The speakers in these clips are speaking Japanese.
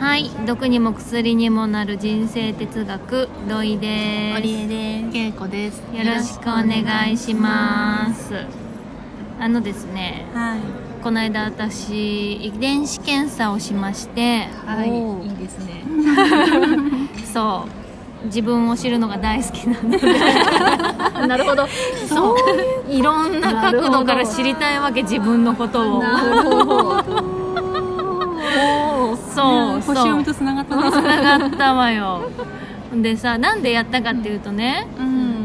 はい、毒にも薬にもなる人生哲学、土井です。 オリエです。 けいこです。 よろしくお願いします。ですね、 はい、 この間私遺伝子検査をしまして、 はい、いいですね。 そう自分を知るのが大好きなのでなるほど。 そういろんな角度から知りたいわけ、自分のことを。 なるほど。 そう星読みとつながったね。 つながったわよ。でさ、なんでやったかっていうとね、もう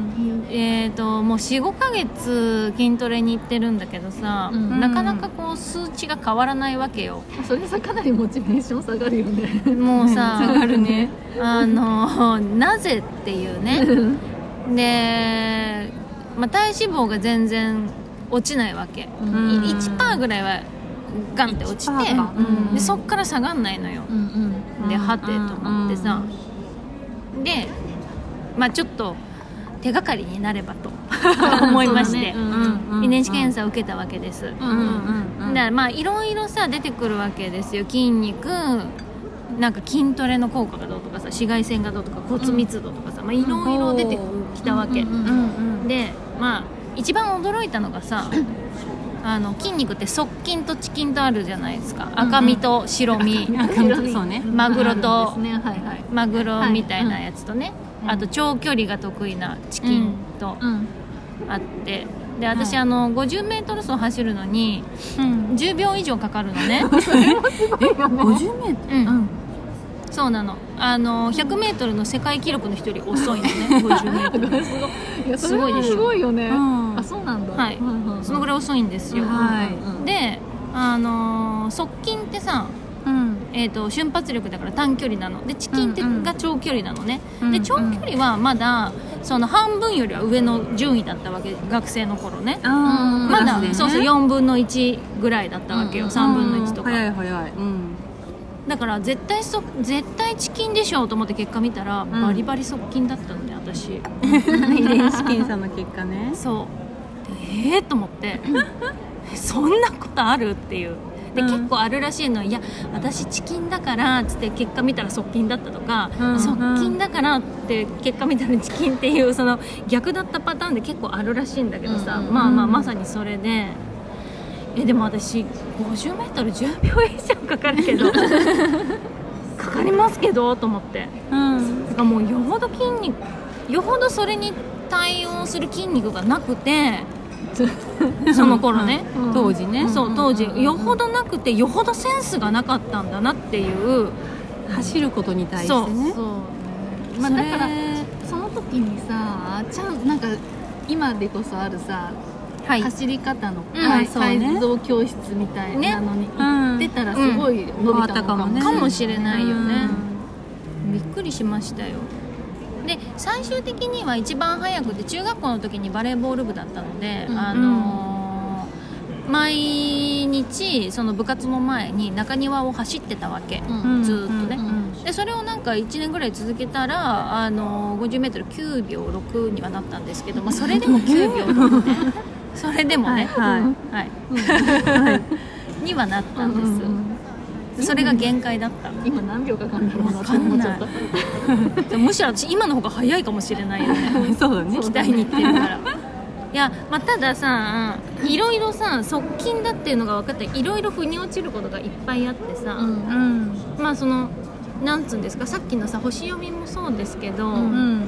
4,5 ヶ月筋トレに行ってるんだけどさ、なかなかこう数値が変わらないわけよ。 それさ、かなりモチベーション下がるよね。 もうさ、 下がるね。 なぜっていうね。で、体脂肪が全然落ちないわけ。1% ぐらいはガンって落ちて、でそっから下がんないのよ。ではてと思ってさ、でちょっと手がかりになればと思いまして遺伝子検査を受けたわけです。だからいろいろさ出てくるわけですよ。筋肉、なんか筋トレの効果がどうとかさ、紫外線がどうとか骨密度とかさ、いろいろ出てきたわけで、一番驚いたのがさ、筋肉って側筋と遅筋とあるじゃないですか。赤身と白身、 そうね、 マグロとマグロみたいなやつとね、あと長距離が得意な遅筋とあって、で私50メートル走走るのに10秒以上かかるのね。 50メートル、 そうなの。100メートルの世界記録の人より遅いのね。50メートルすごいでしょ。 すごいよね。あ、そうなんだ。 はい、そのぐらい遅いんですよ。で、側筋ってさ、瞬発力だから短距離なので、遅筋ってが長距離なのね。で長距離はまだその半分よりは上の順位だったわけ、学生の頃ね。まだそうそう4分の1ぐらいだったわけよ。3分の1とか。 早い、 だから絶対遅筋でしょうと思って結果見たら、バリバリ側筋だったのね、私。 遺伝子検査の結果ね。 そうでと思ってそんなことあるっていう。で、結構あるらしいの。いや私遅筋だからつって結果見たら側筋だったとか、側筋だからって結果見たら遅筋っていう、その逆だったパターンで結構あるらしいんだけどさ、まさにそれで、でも私50メートル10秒以上かかるけどかかりますけどと思って、だからもうよほどそれに対応する筋肉がなくてその頃ね、 当時ね、 そう当時よほどなくて、よほどセンスがなかったんだなっていう、 走ることに対してね。 そうだからその時にさ、なんか今でこそあるさ、走り方の改造教室みたいなのに行ってたらすごい伸びたのかもしれないよね。 びっくりしましたよ。で最終的には一番早くて中学校の時にバレーボール部だったので、毎日その部活の前に中庭を走ってたわけ、ずーっとね。でそれをなんか1年ぐらい続けたら50メートル9秒6にはなったんですけど、それでも9秒6ねそれでもね、にはなったんです。それが限界だった。 今何秒かかるんだろうなと思っちゃった。むしろ私今の方が早いかもしれないよね。 そうだね。 期待に行ってるから。いや、たださ、いろいろさ側筋だっていうのが分かって、いろいろ腑に落ちることがいっぱいあってさ、そのなんつうんですか、さっきのさ星読みもそうですけど、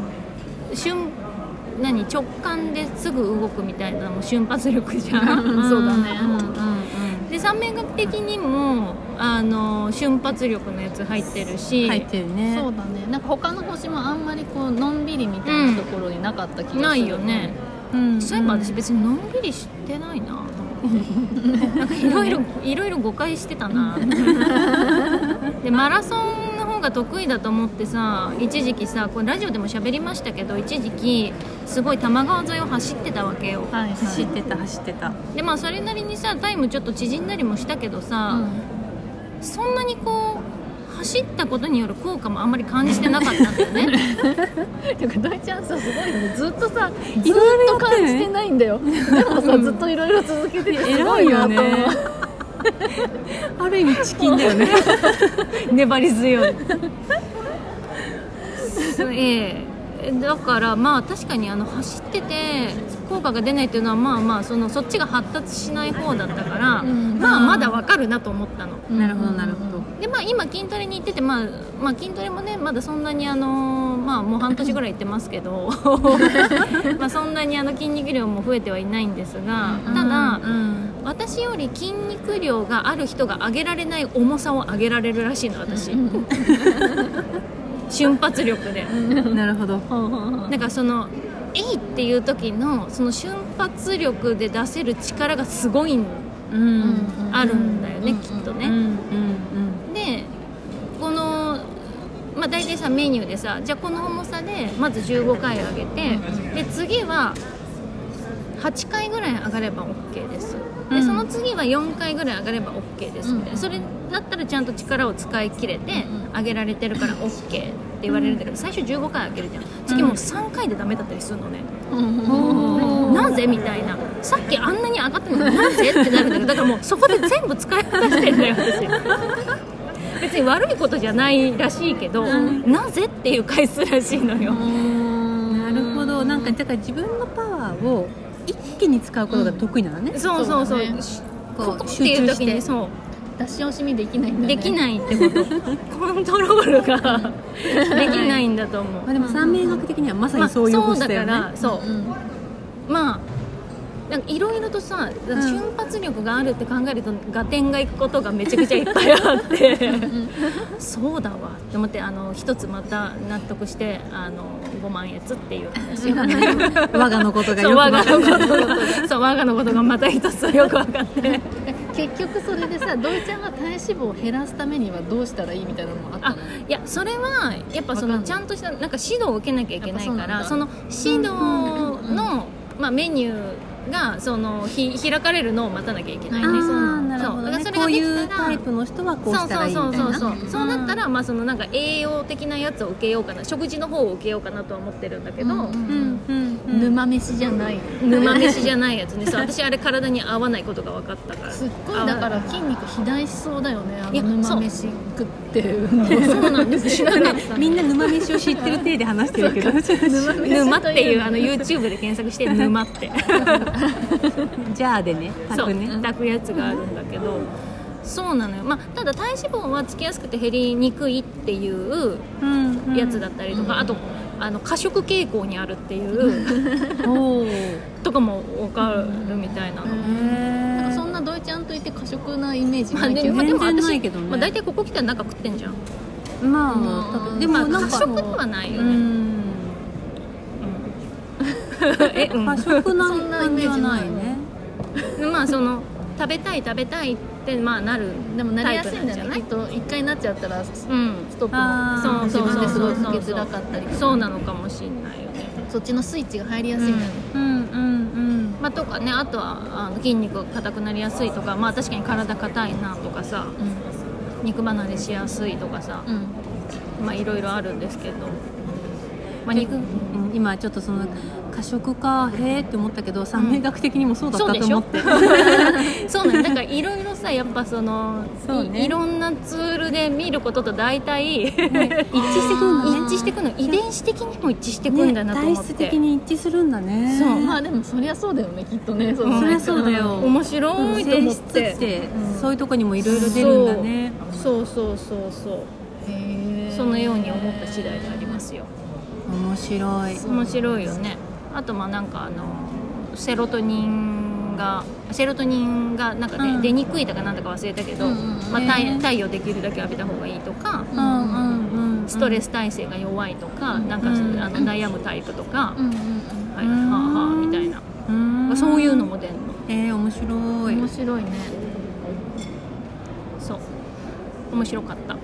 直感ですぐ動くみたいなのも瞬発力じゃん。 そうだね。 で三面学的にも瞬発力のやつ入ってるし、 入ってるね。 そうだね。なんか他の星もあんまりこうのんびりみたいなところになかった気がする。 ないよね。そういえば私別にのんびりしてないなと思ってなんかいろいろ誤解してたなでマラソンの方が得意だと思ってさ、一時期さ、これラジオでも喋りましたけど、一時期すごい多摩川沿いを走ってたわけよ。 走ってた。 でそれなりにさタイムちょっと縮んだりもしたけどさ、そんなにこう走ったことによる効果もあんまり感じてなかったんだよねてか大ちゃんさ、すごいね。ずっとさ、ずっと感じてないんだよ。でもさ、ずっといろいろ続けててすごいなと思う。 ある意味チキンだよね粘り強いだからまあ確かに走ってて効果が出ないっていうのはまあそっちが発達しない方だったから、まだわかるなと思ったの。 なるほどなるほど。 で今筋トレに行っててまあ筋トレもねまだそんなにもう半年ぐらい行ってますけどまあそんなに筋肉量も増えてはいないんですが、ただ、私より筋肉量がある人が上げられない重さを上げられるらしいの私瞬発力でなるほど。 だからえいっていう時のその瞬発力で出せる力がすごいあるんだよね、きっとね。でまあ、大体さメニューでさじゃあこの重さでまず15回上げてで次は8回ぐらい上がれば OK ですでその次は4回ぐらい上がれば OK ですみたいな、それだったらちゃんと力を使い切れて上げられてるから OK って言われるんだけど、最初15回上げるじゃん、次もう3回でダメだったりするのね、なぜみたいな、さっきあんなに上がってもなぜってなるんだけど、だからもうそこで全部使い果たしてんだよ私別に悪いことじゃないらしいけど、なぜっていう回数らしいのよ。 なるほど。なんかだから自分のパワーを一気に使うことが得意なのね。 そうここっていう時にそう出し惜しみできないんだね。 できないってことコントロールができないんだと思う。 でも三名学的にはまさにそういうことだよね。 だからまあいろいろとさ、瞬発力があるって考えると合点がいくことがめちゃくちゃいっぱいあってそうだわって思って一つまた納得して5万円っていう話我がのことがよく分かって我がのことがまた一つよく分かって結局それでさ土井ちゃんが体脂肪を減らすためにはどうしたらいいみたいなのもあったの？ いやそれはやっぱちゃんとしたなんか指導を受けなきゃいけないからその指導の、メニューが開かれるのを待たなきゃいけないね。 なるほどね。こういうタイプの人はこうしたらいいみたいな。 そうなったらなんか栄養的なやつを受けようかな、食事の方を受けようかなとは思ってるんだけど、 沼飯じゃないやつね。そう私あれ体に合わないことが分かったから。 すっごいだから筋肉肥大しそうだよね。沼飯食ってるそうなんです。知らなかった。 みんな沼飯を知ってる体で話してるけど沼っていうYouTube で検索して沼ってジャーでね炊くやつがあるんだけど、そうなのよ。ただ体脂肪はつきやすくて減りにくいっていうやつだったりとか、あと過食傾向にあるっていうとかも分かるみたいなの。 なんかそんな土井ちゃんといて過食なイメージないけど、 全然ないけどね。 大体ここ来たらなんか食ってんじゃん。 でも過食ではないよね。 過食な感じはないね。 食べたいってなるでもなりやすいんだよね。きっと一回なっちゃったらストップも自分ですごいかけづらかったりとか。 そうなのかもしれないよね。 そっちのスイッチが入りやすいんだよね。 とかね、あとは筋肉が硬くなりやすいとか、確かに体硬いなとかさ、肉離れしやすいとかさ、いろいろあるんですけど、 今ちょっと過食かへーって思ったけど、三名学的にもそうだったと思ってそうなんだからいろいろさやっぱいろんなツールで見ることと大体一致してくるの、遺伝子的にも一致してくるんだなと思って、 体質的に一致するんだね。 そうでもそりゃそうだよねきっとね。 そりゃそうだよ。 面白いと思って、 性質ってそういうとこにもいろいろ出るんだね。 そうそのように思った次第でありますよ。 面白いよね。 あとなんかセロトニンがなんかね、出にくいとかなんだか忘れたけど、太陽できるだけ浴びた方がいいとか、ストレス耐性が弱いとか、なんか悩むタイプとか、みたいな、そういうのも出るの。 面白いね。 そう面白かった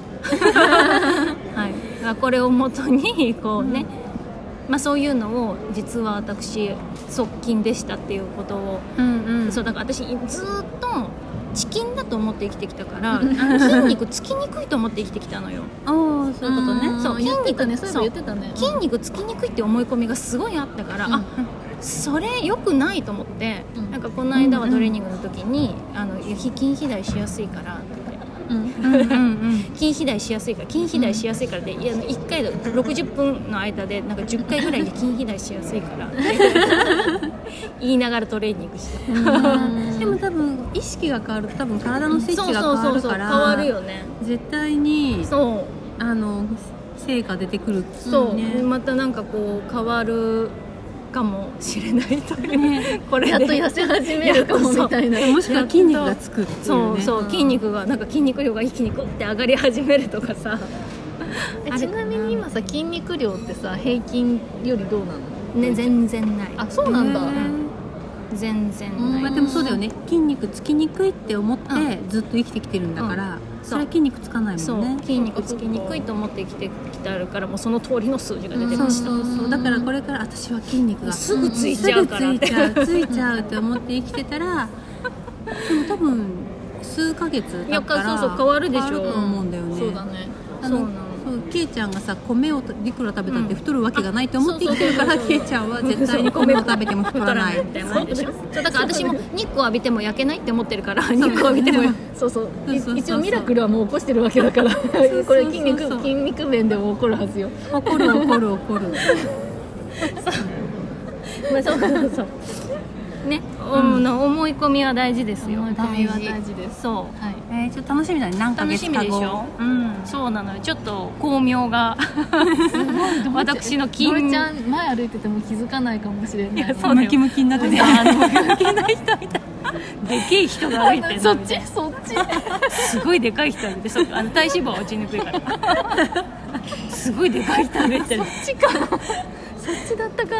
これをもとにそういうのを実は私側近でしたっていうことを、そうだから私ずっとチキンだと思って生きてきたから筋肉つきにくいと思って生きてきたのよ。 そういうことね。 そう筋肉ね、そういえば言ってたね。 筋肉つきにくいって思い込みがすごいあったから、 それ良くないと思って、なんかこの間はトレーニングの時に筋肥大しやすいから筋肥大しやすいからで、いや1回で60分の間でなんか10回ぐらいで筋肥大しやすいから言いながらトレーニングしてでも多分意識が変わると多分体のスイッチが変わるから変わるよね、 絶対にそう成果出てくる、 そうね、またなんかこう変わるかもしれないという、ね、これやっと痩せ始めるかもみたいな、 もしくは筋肉がつくっていう、ね、 そう筋肉がなんか筋肉量が一気にグッて上がり始めるとかさちなみに今さ筋肉量ってさ平均よりどうなの？ ね、全然ない。 あ、そうなんだ、 全然ない、 でもそうだよね、筋肉つきにくいって思ってずっと生きてきてるんだから、それは筋肉つかないもんね。 そう筋肉つきにくいと思って生きてきてあるから、もうその通りの数字が出てました、 そうだからこれから私は筋肉がすぐついちゃうからってついちゃうって思って生きてたらでも多分数ヶ月経ったらそう変わるでしょ、 変わると思うんだよね。 そうだね、 そうなの。 ケイちゃんがさ、米をいくら食べたって太るわけがないと思って生きてるから、ケイちゃんは絶対に米を食べても太らないみたいなでしょ。そうだから私も日光浴びても焼けないって思ってるから、日光浴びてもそう一応ミラクルはもう起こしてるわけだからこれ筋肉面でも起こるはずよ。 起こるまあそうね、思い込みは大事ですよ。 思い込みは大事です。 そう、 はい、ちょっと楽しみだね。何ヶ月か後。 楽しみでしょ。そうなのよ。ちょっと巧妙が私の筋肉。 ちゃん前歩いてても気づかないかもしれない。 いや、そうムキムキになってね。ムキムキな人みたい。 でけえ人が歩いてる。 そっち。 すごいでかい人歩いて、体脂肪は落ちにくいから。すごいでかい人歩いてる。 そっちだったか。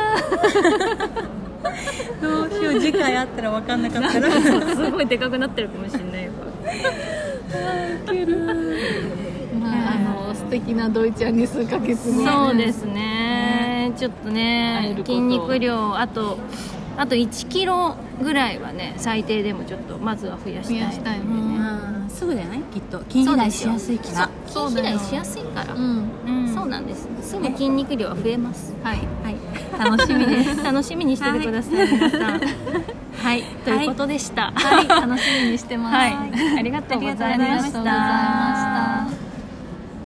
どうしよう、次回会ったら分かんなかったらすごいでかくなってるかもしれないよ。 素敵なドイちゃんに数ヶ月後。 そうですね、ちょっとね筋肉量あと1キロぐらいはね、最低でもちょっとまずは増やしたいんでね。 すぐじゃない？きっと筋肥大しやすいから。 筋肥大しやすいから。そうなんです。すぐ筋肉量は増えます。はい、 楽しみです。 楽しみにしててください、皆さん。はい、ということでした。 はい、楽しみにしてます。 はい、ありがとうございました。